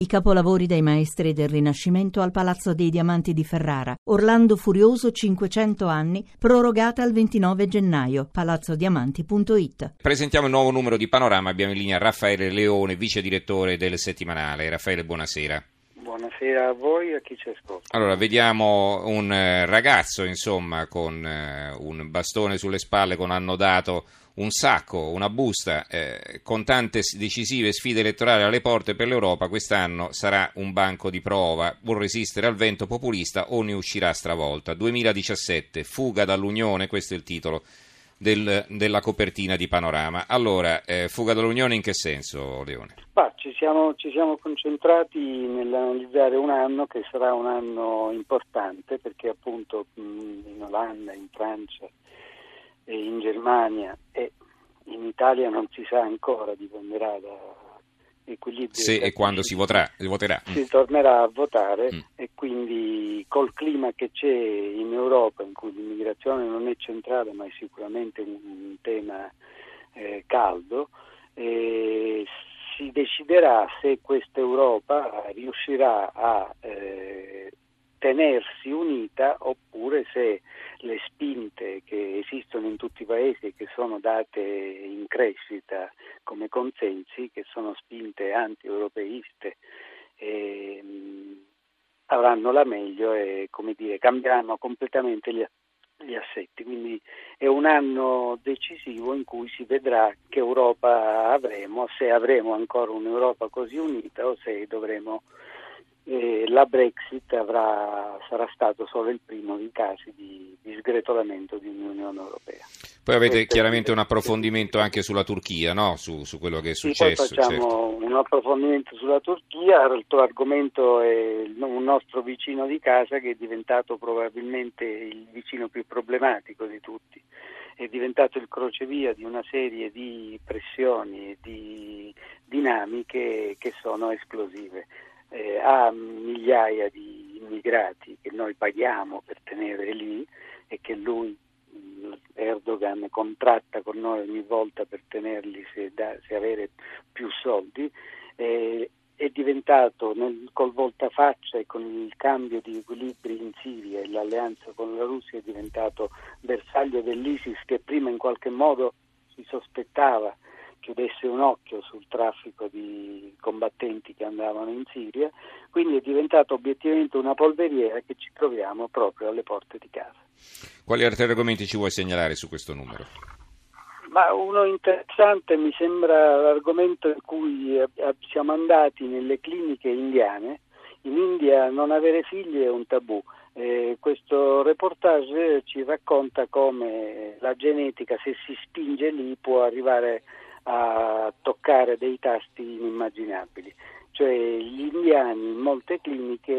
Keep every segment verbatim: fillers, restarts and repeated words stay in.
I capolavori dei maestri del Rinascimento al Palazzo dei Diamanti di Ferrara. Orlando Furioso, cinquecento anni, prorogata al ventinove gennaio. palazzodiamanti punto it. Presentiamo il nuovo numero di Panorama. Abbiamo in linea Raffaele Leone, vice direttore del settimanale. Raffaele, buonasera. Buonasera a voi e a chi ci ascolta. Allora, vediamo un eh, ragazzo, insomma, con eh, un bastone sulle spalle, con annodato un sacco, una busta, eh, con tante decisive sfide elettorali alle porte per l'Europa. Quest'anno sarà un banco di prova. Vuol resistere al vento populista o ne uscirà stravolta? duemiladiciassette, fuga dall'Unione, questo è il titolo del, della copertina di Panorama. Allora, eh, fuga dall'Unione in che senso, Leone? Bah, ci siamo, ci siamo concentrati nell'analizzare un anno che sarà un anno importante, perché appunto in Olanda, in Francia e in Germania e in Italia non si sa ancora, dipenderà da equilibrio. Se e quando si voterà, voterà. Si tornerà a votare mm. e quindi col clima che c'è in Europa, in cui l'immigrazione non è centrale ma è sicuramente un, un tema eh, caldo, eh, si deciderà se questa Europa riuscirà a eh, tenersi unita oppure se le spinte che esistono in tutti i paesi e che sono date in crescita come consensi, che sono spinte anti-europeiste, eh, avranno la meglio e, come dire, cambieranno completamente gli, gli assetti. Quindi è un anno decisivo in cui si vedrà che Europa avremo, se avremo ancora un'Europa così unita o se dovremo Eh, la Brexit avrà, sarà stato solo il primo dei casi di, di sgretolamento di un'Unione Europea. Poi avete Questo chiaramente è... un approfondimento anche sulla Turchia, no? Su, su quello che è sì, successo. poi facciamo certo. un approfondimento sulla Turchia. L'altro argomento è un nostro vicino di casa che è diventato probabilmente il vicino più problematico di tutti. È diventato il crocevia di una serie di pressioni e di dinamiche che sono esplosive. Eh, ha migliaia di immigrati che noi paghiamo per tenere lì e che lui, Erdogan, contratta con noi ogni volta per tenerli se, da, se avere più soldi. Eh, è diventato nel, col voltafaccia e con il cambio di equilibri in Siria e l'alleanza con la Russia è diventato bersaglio dell'ISIS, che prima in qualche modo si sospettava chiudesse un occhio sul traffico di combattenti che andavano in Siria, quindi è diventato obiettivamente una polveriera che ci troviamo proprio alle porte di casa. Quali altri argomenti ci vuoi segnalare su questo numero? Ma uno interessante mi sembra l'argomento in cui siamo andati nelle cliniche indiane. In India non avere figli è un tabù. Eh, questo reportage ci racconta come la genetica, se si spinge lì, può arrivare a toccare dei tasti inimmaginabili. Cioè gli indiani in molte cliniche,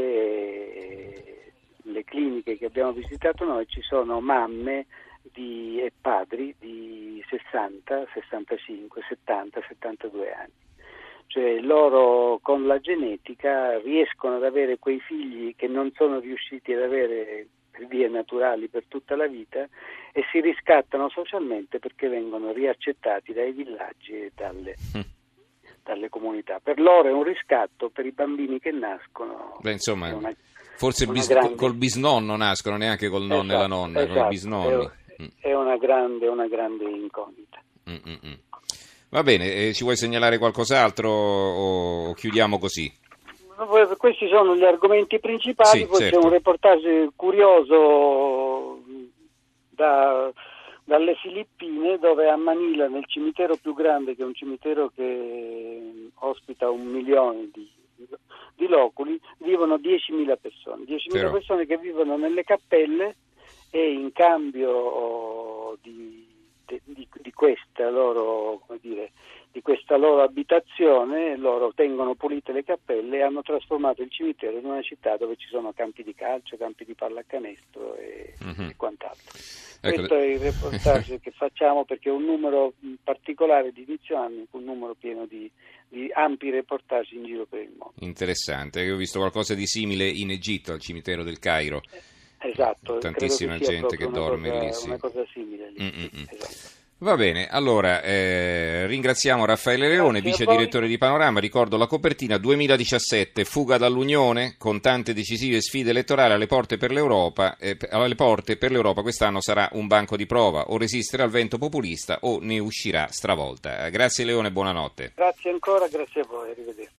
eh, le cliniche che abbiamo visitato noi, ci sono mamme di, e padri di sessanta, sessantacinque, settanta, settantadue anni. Cioè loro con la genetica riescono ad avere quei figli che non sono riusciti ad avere per vie naturali per tutta la vita e si riscattano socialmente perché vengono riaccettati dai villaggi e dalle, mm. dalle comunità. Per loro è un riscatto, per i bambini che nascono. Beh, insomma, è una, forse una bis, grande... col bisnonno nascono, neanche col nonno esatto, e la nonna, esatto, con i bisnonni. È, è una grande, una grande incognita. Mm-mm. Va bene, eh, ci vuoi segnalare qualcos'altro o, o chiudiamo così? Questi sono gli argomenti principali, sì, poi certo. C'è un reportage curioso da, dalle Filippine, dove a Manila, nel cimitero più grande, che è un cimitero che ospita un milione di, di loculi, vivono diecimila persone, diecimila Però. persone che vivono nelle cappelle e in cambio di, di, di questa loro, come dire, di questa loro abitazione, loro tengono pulite le cappelle e hanno trasformato il cimitero in una città dove ci sono campi di calcio, campi di pallacanestro e, mm-hmm. e quant'altro. Ecco. Questo è il reportage che facciamo perché è un numero particolare di inizio anno, un numero pieno di, di ampi reportage in giro per il mondo. Interessante, io ho visto qualcosa di simile in Egitto, al cimitero del Cairo. Esatto. Tantissima che gente che dorme cosa, lì. Sì. Una cosa simile lì. Sì, esatto. Va bene, allora eh, ringraziamo Raffaele Leone, Grazie vice direttore di Panorama. Ricordo la copertina duemiladiciassette, fuga dall'Unione, con tante decisive sfide elettorali alle porte per l'Europa. Eh, alle porte per l'Europa quest'anno sarà un banco di prova, o resistere al vento populista o ne uscirà stravolta. Grazie Leone, buonanotte. Grazie ancora, grazie a voi, arrivederci.